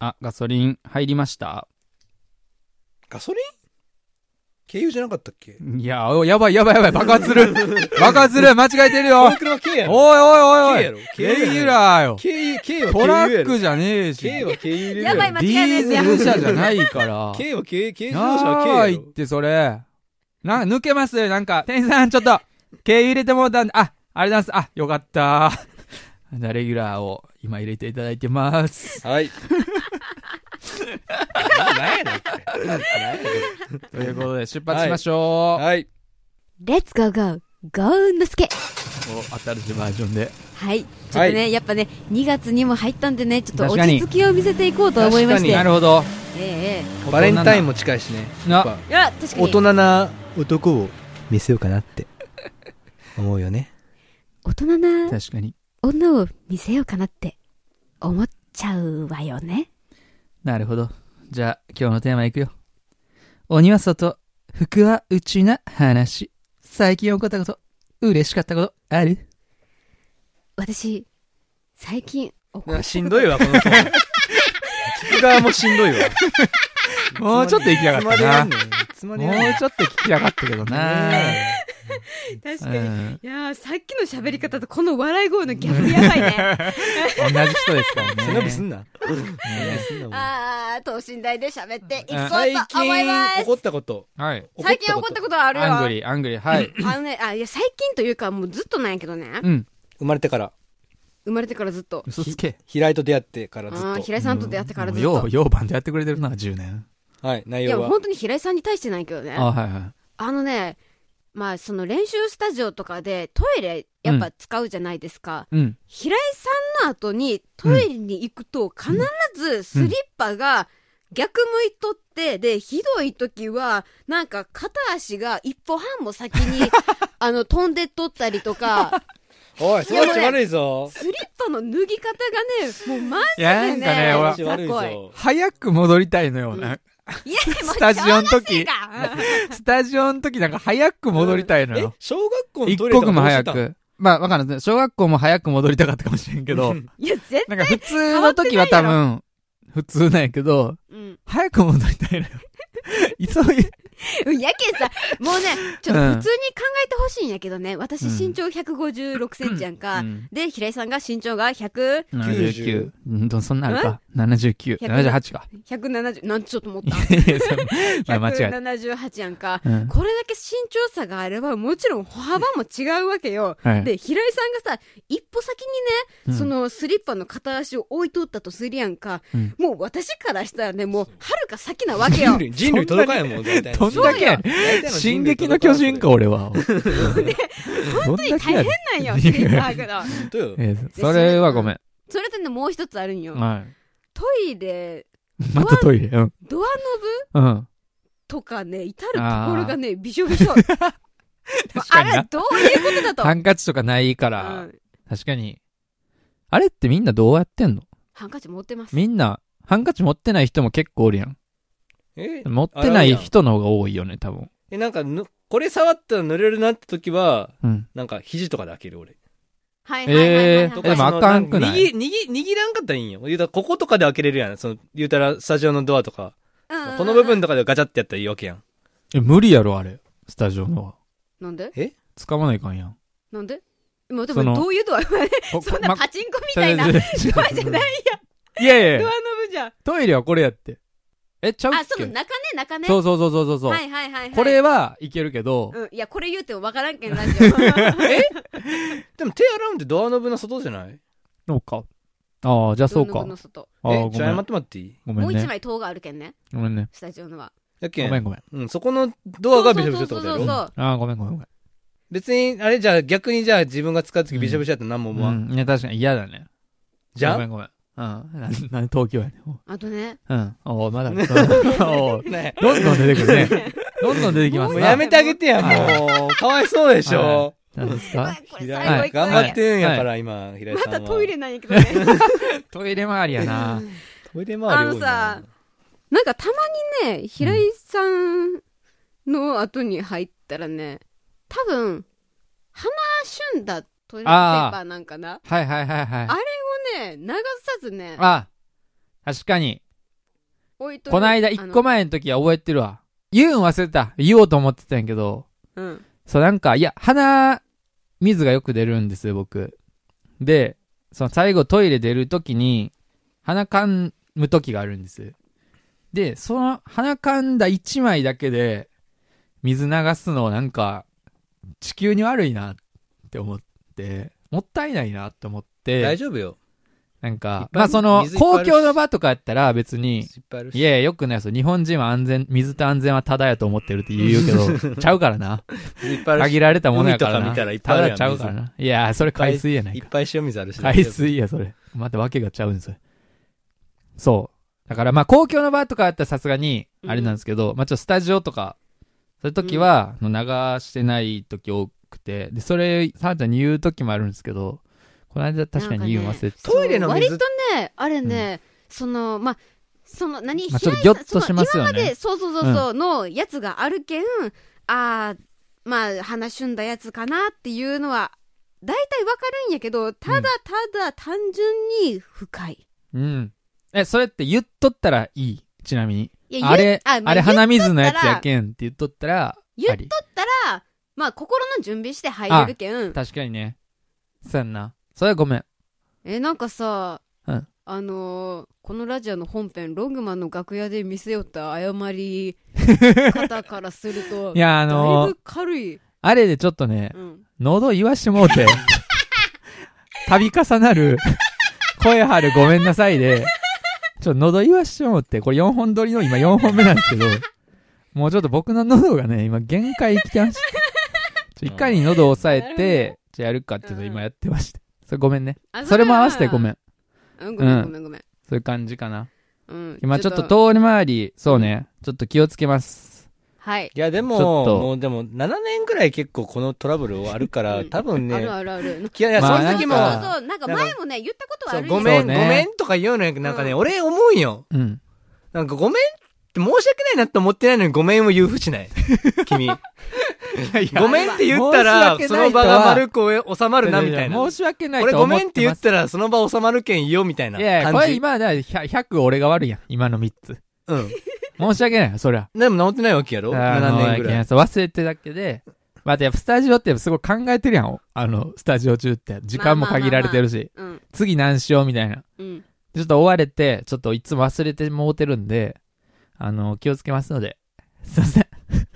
あ、ガソリン入りました。 ガソリン軽油じゃなかったっけ？ いや、やばい、爆発する爆発する間違えてるよ。 この車軽やろ。 おい。 軽やろ。 レギュラーよ。 軽はトラックじゃねえし。 軽は軽油で。 やばい、間違デえないやつや。 ィーゼル車じゃないから。 軽は軽自動車は軽やろ。 ないって、それ。抜けます。なんか、店員さん、ちょっと、軽油入れてもらったんで、ありがとうございます。あ、よかった。じゃあ、レギュラーを今入れていただいてます。 はい。何やねん。 ということで、出発しましょう。 はい。 レッツゴーゴー、ゴーのすけ。 新しいバージョンで。 はい。ちょっとね、 はいやっぱね、2月にも入ったんでね、ちょっと落確かにち着きを見せていこうと思いまして。 なるほど。 えバレンタインも近いしね。やっぱいや、確かに。 大人な男を見せようかなって思うよね。 大人な確かに。 女を見せようかなって思っちゃうわよね。 なるほど。じゃあ、今日のテーマいくよ。鬼は外、服は内な話。最近起こったこと、嬉しかったこと、ある？ 私、最近怒ったことしんどいわ、この人。聞く側もしんどいわ。 もうちょっと行きたかったな。もうちょっと聞きたかったけどな。 確かに。 うんいやー、さっきの喋り方とこの笑い声のギャップやばいね。 同じ人ですからね。 背伸びすんな。 等身大で喋っていこう最と思いま近起こったこと。 はい。 最近起こったことはあるよ。 アングリー、はい。 いや、最近というかもうずっとなんやけどね。 うん。 生まれてから。 生まれてからずっと。 嘘つけ。 平井と出会ってからずっと。 平井さんと出会ってからずっと。 ようバンドやってくれてるな、10年。 はい、内いや、 容は。 本当に平井さんに対してないけどね。 はいはい。 まあ、その練習スタジオとかでトイレやっぱ使うじゃないですか。 うん。 平井さんの後にトイレに行くと必ずスリッパが逆向いとって、で、ひどい時はなんか片足が一歩半も先に飛んでっとったりとか。 おい、そっち悪いぞ。 スリッパの脱ぎ方がね、もうマジでいやなんかね俺雑悪い魚い。 ぞ。 早く戻りたいのよな。 いや、もうスタジオの時小学生かスタジオの時なんか早く戻りたいのよ。 小学校の一トイレとか刻も早どうしてたん。 く。まあ、わかんない。小学校も早く戻りたかったかもしれんけど、 いや、絶対。 なんか普通の時は多分、普通なんやけど、 うん。 早く戻りたいのよ。急い。 やけんさ、もうね、ちょっと普通に考えてほしいんやけどね、私身長156センチやんか。 うんで、平井さんが身長が100、 79。そんなあるか。79。78か。 170、なんちょっと思った。 いやそうまあ間違えた。 178やんか。 うんこれだけ身長差があれば、もちろん歩幅も違うわけよ。 はいで、平井さんがさ、一歩先にね、 うんそのスリッパの片足を置いとったとするやんか。 うんもう私からしたらね、もう、はるか先なわけよ。 人類届かんやもん、大体の。 どんだけやねん進撃の巨人か、俺は。 本当に大変なんよ、スリッパ履くの。 本当よ。 それはごめん。 それでね、もう一つあるんよ。 はトイレ、 い。またトイレ。うん。 ドアノブうん。 とかね、至るところがね、びしょびしょ。 確かあれにな、 どういうことだと。 ハンカチとかないかうら、 ん確かに。あれってみんなどうやってんの？ ハンカチ持ってます。 みんな、ハンカチ持ってない人も結構おるやん。 え持ってない人の方が多いよね、多分。 なんかこれ触ったら濡れるなって時は、 うん。 なんか肘とかで開ける俺。 はいはいはいはいはい。 でもあかんくない握らんかったらいいんよ。言うたらこことかで開けれるやん。言うたらスタジオのドアとか。 うんうんうんこの部分とかでガチャってやったらいいわけやん。 無理やろ、あれ。スタジオのは。 なんで使わないかんやん。 なんでもうでそのもどういうドアそんなパチンコみたいなドアじゃないやん。 いやいやドアノブじゃん。 トイレはこれやって。ちゃうっあ、そけの中ね、中ね。 そうそう。 はいはいはいはい。 これはいけるけど、 うん。いや、これ言うてもわからんけん、ラジオ。 でも手洗うんってドアノブの外じゃない？ そうか。ああ、じゃあそうかドアノブの。外。 ああ、ごめん。 ちょ、謝ってもらっていい？ ごめんね。 もう一枚塔があるけんね。 ごめんね。 スタジオのは。 やけん。 ごめんごめん。 うん、そこのドアがびしょびしょってことやろ？ そうああ、ごめんごめんごめん。 別に、あれじゃあ逆にじゃあ自分が使うときびしょびしょやったら何も思わん。 うん。いや、確かに嫌だね。 じゃあごめんごめん。うん。なんで東京やねん。 あとね。 うん。おうまだ。おうねどんどん出てくるね。どんどん出てきますな。 もうやめてあげてや、もう。かわいそうでしょ。 何ですか？ これ平井最後一個頑張ってんやから、今、平井まさんは。 たトイレなんやけどね。 トイレ周りやな。 トイレ周り多いな。 なんかたまにね、平井さんの後に入ったらね、多分、鼻旬だトイレットペーパーなんかな。 はいはいはいはい。 あれをね、流さずね、 あ、確かに。 置いといてこの間1個前の時は覚えてるわ。言うん忘れた。言おうと思ってたんやけど、 うん。 そうなんか、いや、鼻水がよく出るんですよ、僕。で、その最後トイレ出る時に、鼻かむ時があるんです。で、その鼻かんだ1枚だけで、水流すのなんか、地球に悪いなって思って、もったいないなって思って、 大丈夫よ。 なんか、 いっぱいまあその、 水いっぱいあるし公共の場とかやったら別に、 いっぱいあるし。 いやいや、よくないですよ。日本人は水と安全はただやと思ってるって言うけど、ちゃうからな。 いっぱいあるし。 限られたものやからな。 海とか見たらいっぱいあるやんただちゃうからな。いや、それ海水やないか。 いっぱい塩水あるし。 海水や、それ。またわけがちゃうんですよ。そう。だからまあ公共の場とかやったらさすがに、あれなんですけど、まあちょっとスタジオとか、そういう時は、流してない時多くて、で、それ、さあちゃんに言う時もあるんですけど、この間確かに言うの忘れてた。 トイレの水割とね、あれね、まあ、何、 まあちょっとギョッとしますよね今まで、そう、のやつがあるけん、まあ、鼻しゅんだやつかなっていうのは、大体わかるんやけど、ただ単純に深い。 うん。それって言っとったらいいちなみに。 いやあれまあ鼻水のやつやけんって言っとったら、 言っとったら、まあ、心の準備して入れるけん。 確かにね。そうやんな。それはごめん。 なんかさ、 うんこのラジオの本編、ロングマンの楽屋で見せよった謝り方からすると、 いや、 だいぶ軽い。 あれでちょっとね、 うん。 喉言わしてもうて、度重なる、声張るごめんなさいで、ちょっと喉言わしてもうて、これ4本撮りの今4本目なんですけど、もうちょっと僕の喉がね、今限界来てました。いかに喉を抑えて、じゃあやるかっていうのを今やってまして。それごめんね。それも合わせてごめん。 うん、ごめん。 そういう感じかな。 うん。 今ちょっと通り回り、そうね、ちょっと気をつけます。 はい。 いや、でちょっも、 ともうでも、7年ぐらい結構このトラブルあるから、多分ね、 ある。 いや、 まあその時も、 そう、なんか前もね、言ったことはあるんごよそうねめんとか言うのやけど、なんかね、 うん俺思うんよ。 うん。 なんかごめんって申し訳ないなって思ってないのにごめんを言うふしない。君。ごめんって言ったら、その場が丸く収まるな、みたいな。 申し訳ない俺と思ってます。 ごめんって言ったら、その場収まるけんよ、みたいないやいや、こ感じ。 れ今、100俺が悪いやん。今の3つ。 うん。 申し訳ないよ、そりゃ。 でも治ってないわけやろ ?7 年ぐらい。 そう忘れてるだけで。またやっぱスタジオってすごい考えてるやん。スタジオ中って。時間も限られてるし。 うん。 次何しようみたいな。 うん。 ちょっと追われて、ちょっといつも忘れてもうてるんで、気をつけますので。すいません。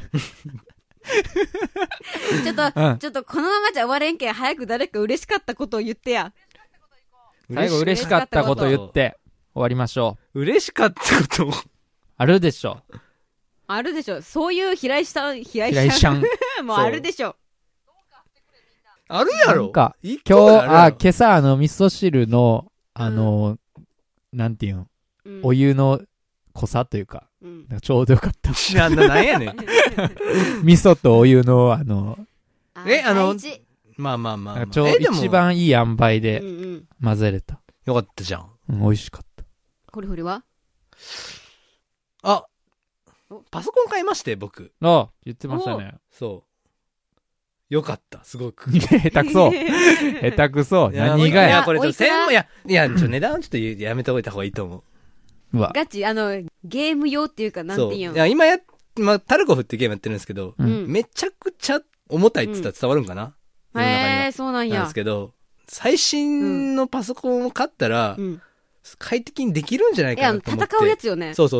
ちょっとこのままじゃ終われんけん、早く誰か嬉しかったことを言ってや。 最後嬉しかったこと言って、終わりましょう。 嬉しかったことあるでしょ。 あるでしょ。そういう平井さん、 平井さん。 もうあるでしょ。 あるやろなんか一個ぐらいあるやろ今朝味噌汁の、なんていうん、 うんお湯の濃さというか、 うんなんかちょうどよかった。 知らんな、なんやねん。 味噌とお湯の大事まあまあまあまあ。 ちょうでも一番いい塩梅うんでうん。 混ぜれた。 よかったじゃん。 うん、美味しかった。 ホリホリはあ、パソコン買いまして、僕。 あ、言ってましたね。 そう。よかった、すごく。 下手くそ。下手くそ。 いや何がや。 いや、これちょっとおいくらいや、値段ちょっとやめておいた方がいいと思う。 うわ。 ガチ、ゲーム用っていうか、なんそう。 ていうんいや、今タルコフってゲームやってるんですけど、 うんめちゃくちゃ重たいって言ったら伝わるんかな、世の中にはへえ、そうなんやなんです。けど、最新のパソコンを買ったら、 うん。 快適にできるんじゃないいや、 かなと思って。 戦うやつよね。 そう。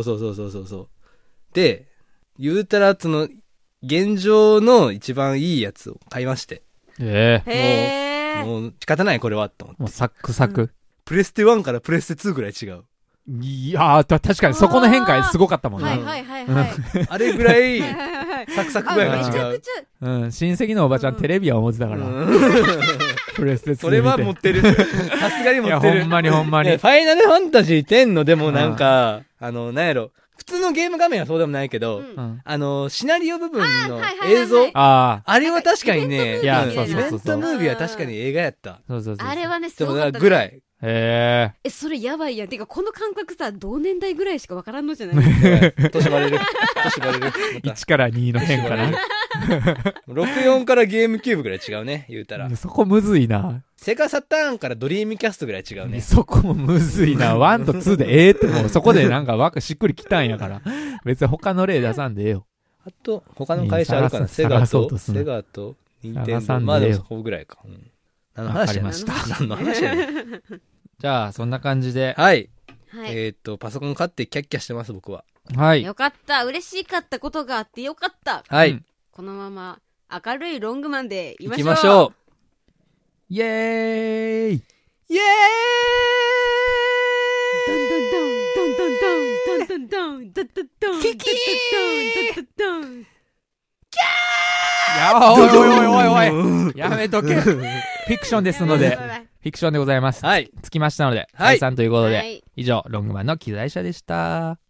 で、言うたら、現状の一番いいやつを買いまして。 ええ。 へえ。 もう仕方ないこれはと思って。 もうサックサク。 プレステ1からプレステ2ぐらい違う。 いやー、確かにそこの変化すごかったもんね。 はいはいはいはい。 あれぐらい、 はいはいはいサクサクあ、 ぐらいが違う。 めちゃくちゃ、 うん、親戚のおばちゃんテレビは思ってたから。 うんプレステ2見て。 それは持ってる。さすがにいや、 持ってる。 ほんまにほんまに。 ねファイナルファンタジー10のでもなんか、なんやろ、普通のゲーム画面はそうでもないけど、 うんうん。 シナリオ部分のはいはいはいはい映像、 ああ。 あれは確かにね、 いやうんそうそうそうそうイベントムービーは確かに映画やった。 そうそうそう。 あれはね、すでもごかったね。 ぐらい。 へそれやばいやん。てか、この感覚さ、同年代ぐらいしかわからんのじゃない年バレる。年バレる。 え。1から2の変かな。 64からゲームキューブぐらい違うね、言うたら。 そこむずいな。 セガサターンからドリームキャストぐらい違うね。 そこもむずいな。1と2でってもうそこでなんかしっくりきたんやから。別に他の例出さんでええよ。 あと、他の会社あるかな。セガと、ニンテンドー。まあでもそこぐらいか。何の話やねん。何の話やねん。 じゃあ、そんな感じで。 はい。 はい。 パソコン買ってキャッキャしてます、僕は。 はい。 よかった。嬉しかったことがあってよかった。 はい。 このまま明るいロングマンでいきましょう。 イエーイイエーイドンドンドンドンドンドンドンドンドンドンドンキキードンドンドンキャーおいおいおいおいやめとけ。フィクションですので、フィクションでございます。 はい。 つきましたので、解散ということで、以上、ロングマンの機材車でした。